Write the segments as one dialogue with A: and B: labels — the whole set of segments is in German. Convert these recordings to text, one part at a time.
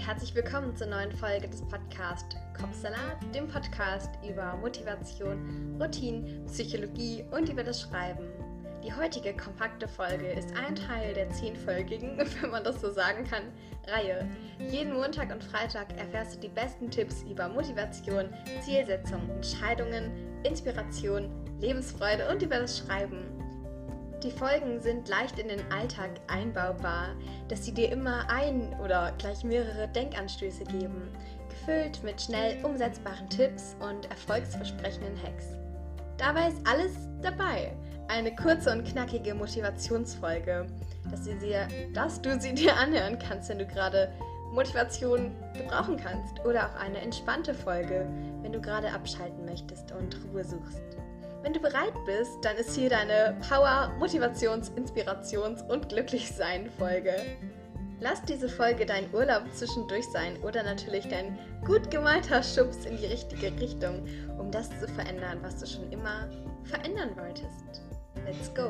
A: herzlich willkommen zur neuen Folge des Podcasts Kopfsalat, dem Podcast über Motivation, Routinen, Psychologie und über das Schreiben. Die heutige kompakte Folge ist ein Teil der 10-folgigen, wenn man das so sagen kann, Reihe. Jeden Montag und Freitag erfährst du die besten Tipps über Motivation, Zielsetzung, Entscheidungen, Inspiration, Lebensfreude und über das Schreiben. Die Folgen sind leicht in den Alltag einbaubar, dass sie dir immer ein oder gleich mehrere Denkanstöße geben, gefüllt mit schnell umsetzbaren Tipps und erfolgsversprechenden Hacks. Dabei ist alles dabei. Eine kurze und knackige Motivationsfolge, dass du sie dir anhören kannst, wenn du gerade Motivation gebrauchen kannst. Oder auch eine entspannte Folge, wenn du gerade abschalten möchtest und Ruhe suchst. Wenn du bereit bist, dann ist hier deine Power-, Motivations-, Inspirations- und Glücklichsein-Folge. Lass diese Folge dein Urlaub zwischendurch sein oder natürlich dein gut gemeinter Schubs in die richtige Richtung, um das zu verändern, was du schon immer verändern wolltest. Let's go!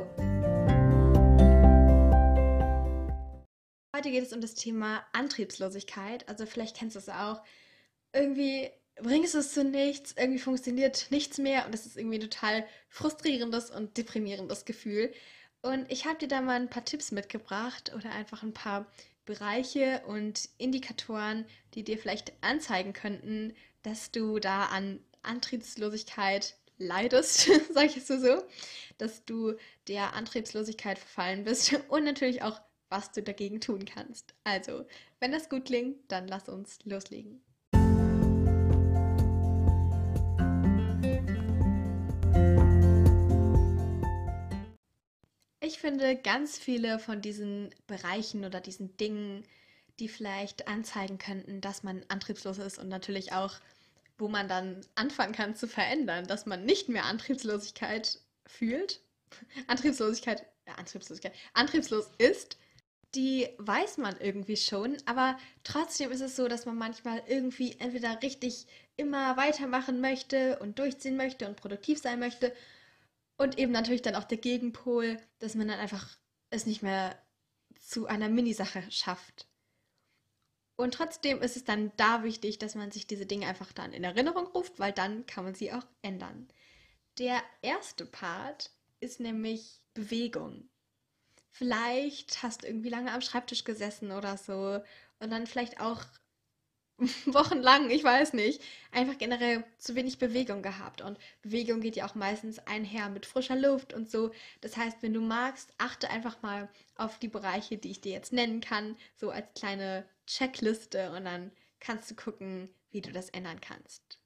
A: Heute geht es um das Thema Antriebslosigkeit. Also vielleicht kennst du es auch. Irgendwie bringst du es zu nichts, irgendwie funktioniert nichts mehr und das ist irgendwie ein total frustrierendes und deprimierendes Gefühl. Und ich habe dir da mal ein paar Tipps mitgebracht oder einfach ein paar Bereiche und Indikatoren, die dir vielleicht anzeigen könnten, dass du da an Antriebslosigkeit leidest, sage ich es so, dass du der Antriebslosigkeit verfallen bist und natürlich auch, was du dagegen tun kannst. Also, wenn das gut klingt, dann lass uns loslegen. Ich finde ganz viele von diesen Bereichen oder diesen Dingen, die vielleicht anzeigen könnten, dass man antriebslos ist und natürlich auch, wo man dann anfangen kann zu verändern, dass man nicht mehr Antriebslosigkeit fühlt, antriebslos ist, die weiß man irgendwie schon, aber trotzdem ist es so, dass man manchmal irgendwie entweder richtig immer weitermachen möchte und durchziehen möchte und produktiv sein möchte und eben natürlich dann auch der Gegenpol, dass man dann einfach es nicht mehr zu einer Minisache schafft. Und trotzdem ist es dann da wichtig, dass man sich diese Dinge einfach dann in Erinnerung ruft, weil dann kann man sie auch ändern. Der erste Part ist nämlich Bewegung. Vielleicht hast du irgendwie lange am Schreibtisch gesessen oder so und dann vielleicht auch wochenlang, ich weiß nicht, einfach generell zu wenig Bewegung gehabt. Und Bewegung geht ja auch meistens einher mit frischer Luft und so. Das heißt, wenn du magst, achte einfach mal auf die Bereiche, die ich dir jetzt nennen kann, so als kleine Checkliste und dann kannst du gucken, wie du das ändern kannst.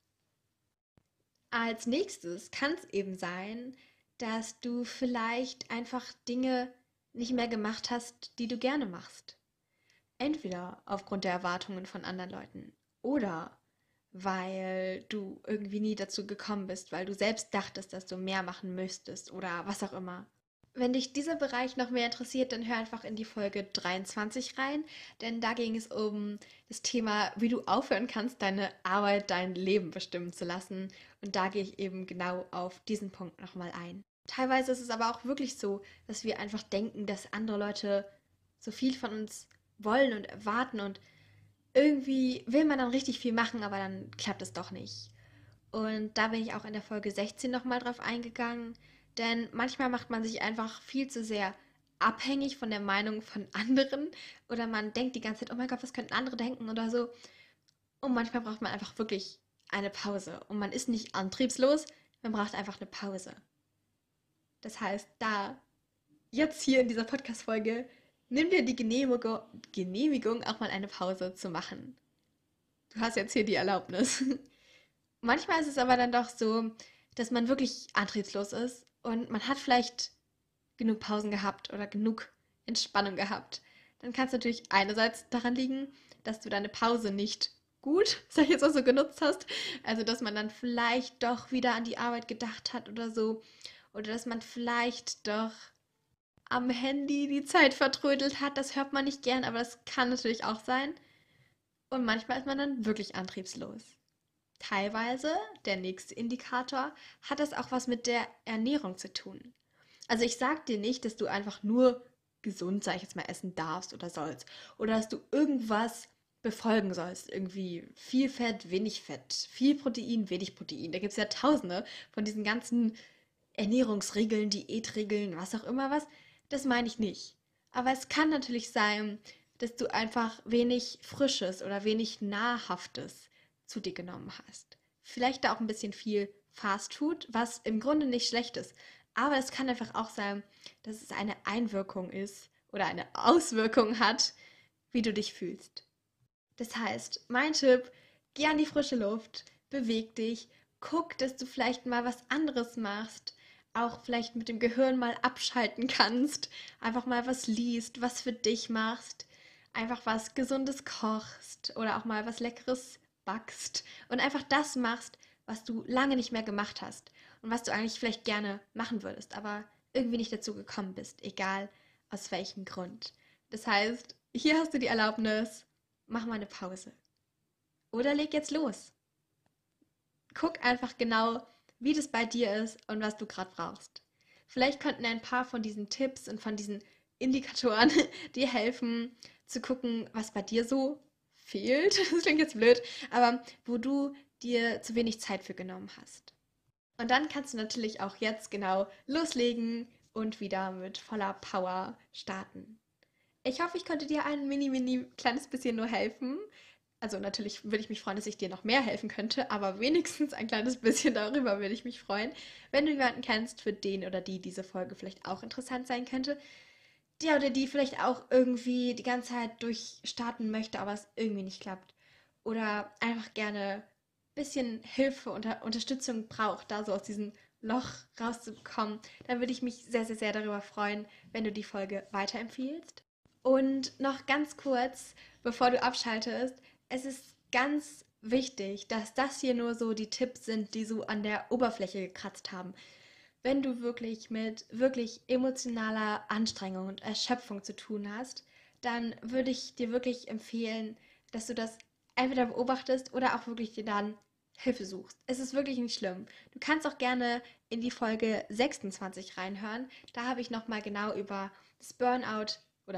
A: Als nächstes kann es eben sein, dass du vielleicht einfach Dinge nicht mehr gemacht hast, die du gerne machst. Entweder aufgrund der Erwartungen von anderen Leuten oder weil du irgendwie nie dazu gekommen bist, weil du selbst dachtest, dass du mehr machen müsstest oder was auch immer. Wenn dich dieser Bereich noch mehr interessiert, dann hör einfach in die Folge 23 rein, denn da ging es um das Thema, wie du aufhören kannst, deine Arbeit, dein Leben bestimmen zu lassen. Und da gehe ich eben genau auf diesen Punkt nochmal ein. Teilweise ist es aber auch wirklich so, dass wir einfach denken, dass andere Leute so viel von uns wollen und erwarten und irgendwie will man dann richtig viel machen, aber dann klappt es doch nicht. Und da bin ich auch in der Folge 16 nochmal drauf eingegangen, denn manchmal macht man sich einfach viel zu sehr abhängig von der Meinung von anderen oder man denkt die ganze Zeit, oh mein Gott, was könnten andere denken oder so. Und manchmal braucht man einfach wirklich eine Pause und man ist nicht antriebslos, man braucht einfach eine Pause. Das heißt, da jetzt hier in dieser Podcast-Folge nimm dir die Genehmigung, auch mal eine Pause zu machen. Du hast jetzt hier die Erlaubnis. Manchmal ist es aber dann doch so, dass man wirklich antriebslos ist und man hat vielleicht genug Pausen gehabt oder genug Entspannung gehabt. Dann kann es natürlich einerseits daran liegen, dass du deine Pause nicht gut, sag ich jetzt auch so, genutzt hast. Also, dass man dann vielleicht doch wieder an die Arbeit gedacht hat oder so. Oder dass man vielleicht doch am Handy die Zeit vertrödelt hat. Das hört man nicht gern, aber das kann natürlich auch sein. Und manchmal ist man dann wirklich antriebslos. Teilweise, der nächste Indikator, hat das auch was mit der Ernährung zu tun. Also ich sag dir nicht, dass du einfach nur gesund, sag ich jetzt mal, essen darfst oder sollst. Oder dass du irgendwas befolgen sollst. Irgendwie viel Fett, wenig Fett, viel Protein, wenig Protein. Da gibt es ja tausende von diesen ganzen Ernährungsregeln, Diätregeln, was auch immer was. Das meine ich nicht. Aber es kann natürlich sein, dass du einfach wenig Frisches oder wenig Nahrhaftes zu dir genommen hast. Vielleicht da auch ein bisschen viel Fast Food, was im Grunde nicht schlecht ist. Aber es kann einfach auch sein, dass es eine Einwirkung ist oder eine Auswirkung hat, wie du dich fühlst. Das heißt, mein Tipp, geh an die frische Luft, beweg dich, guck, dass du vielleicht mal was anderes machst, auch vielleicht mit dem Gehirn mal abschalten kannst, einfach mal was liest, was für dich machst, einfach was Gesundes kochst oder auch mal was Leckeres backst und einfach das machst, was du lange nicht mehr gemacht hast und was du eigentlich vielleicht gerne machen würdest, aber irgendwie nicht dazu gekommen bist, egal aus welchem Grund. Das heißt, hier hast du die Erlaubnis, mach mal eine Pause. Oder leg jetzt los. Guck einfach genau, wie das bei dir ist und was du gerade brauchst. Vielleicht könnten ein paar von diesen Tipps und von diesen Indikatoren dir helfen, zu gucken, was bei dir so fehlt. Das klingt jetzt blöd, aber wo du dir zu wenig Zeit für genommen hast. Und dann kannst du natürlich auch jetzt genau loslegen und wieder mit voller Power starten. Ich hoffe, ich konnte dir ein mini kleines bisschen nur helfen. Also natürlich würde ich mich freuen, dass ich dir noch mehr helfen könnte, aber wenigstens ein kleines bisschen darüber würde ich mich freuen, wenn du jemanden kennst, für den oder die diese Folge vielleicht auch interessant sein könnte. Der oder die vielleicht auch irgendwie die ganze Zeit durchstarten möchte, aber es irgendwie nicht klappt. Oder einfach gerne ein bisschen Hilfe und Unterstützung braucht, da so aus diesem Loch rauszubekommen. Dann würde ich mich sehr, sehr, sehr darüber freuen, wenn du die Folge weiterempfiehlst. Und noch ganz kurz, bevor du abschaltest, es ist ganz wichtig, dass das hier nur so die Tipps sind, die so an der Oberfläche gekratzt haben. Wenn du wirklich mit wirklich emotionaler Anstrengung und Erschöpfung zu tun hast, dann würde ich dir wirklich empfehlen, dass du das entweder beobachtest oder auch wirklich dir dann Hilfe suchst. Es ist wirklich nicht schlimm. Du kannst auch gerne in die Folge 26 reinhören. Da habe ich nochmal genau über das Burnout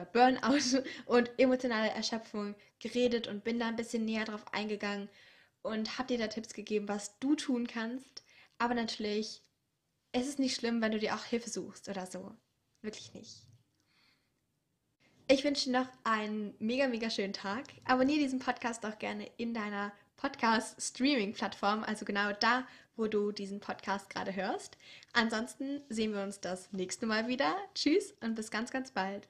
A: und emotionale Erschöpfung geredet und bin da ein bisschen näher drauf eingegangen und habe dir da Tipps gegeben, was du tun kannst. Aber natürlich, es ist nicht schlimm, wenn du dir auch Hilfe suchst oder so. Wirklich nicht. Ich wünsche dir noch einen mega schönen Tag. Abonniere diesen Podcast auch gerne in deiner Podcast-Streaming-Plattform, also genau da, wo du diesen Podcast gerade hörst. Ansonsten sehen wir uns das nächste Mal wieder. Tschüss und bis ganz, ganz bald.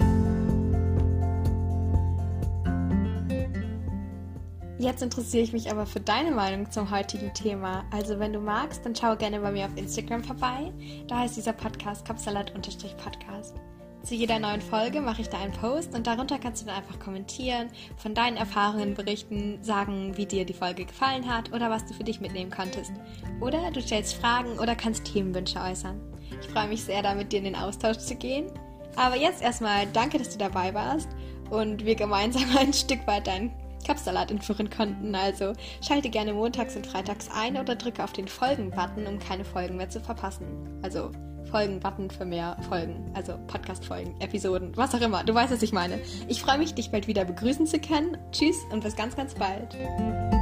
A: Jetzt interessiere ich mich aber für deine Meinung zum heutigen Thema. Also wenn du magst, dann schau gerne bei mir auf Instagram vorbei. Da heißt dieser Podcast Kopfsalat_Podcast. Zu jeder neuen Folge mache ich da einen Post und darunter kannst du dann einfach kommentieren, von deinen Erfahrungen berichten, sagen, wie dir die Folge gefallen hat oder was du für dich mitnehmen konntest. Oder du stellst Fragen oder kannst Themenwünsche äußern. Ich freue mich sehr, da mit dir in den Austausch zu gehen. Aber jetzt erstmal danke, dass du dabei warst und wir gemeinsam ein Stück weit deinen Kopfsalat entführen konnten. Also schalte gerne montags und freitags ein oder drücke auf den Folgen-Button, um keine Folgen mehr zu verpassen. Also Folgen-Button für mehr Folgen, also Podcast-Folgen, Episoden, was auch immer. Du weißt, was ich meine. Ich freue mich, dich bald wieder begrüßen zu können. Tschüss und bis ganz, ganz bald.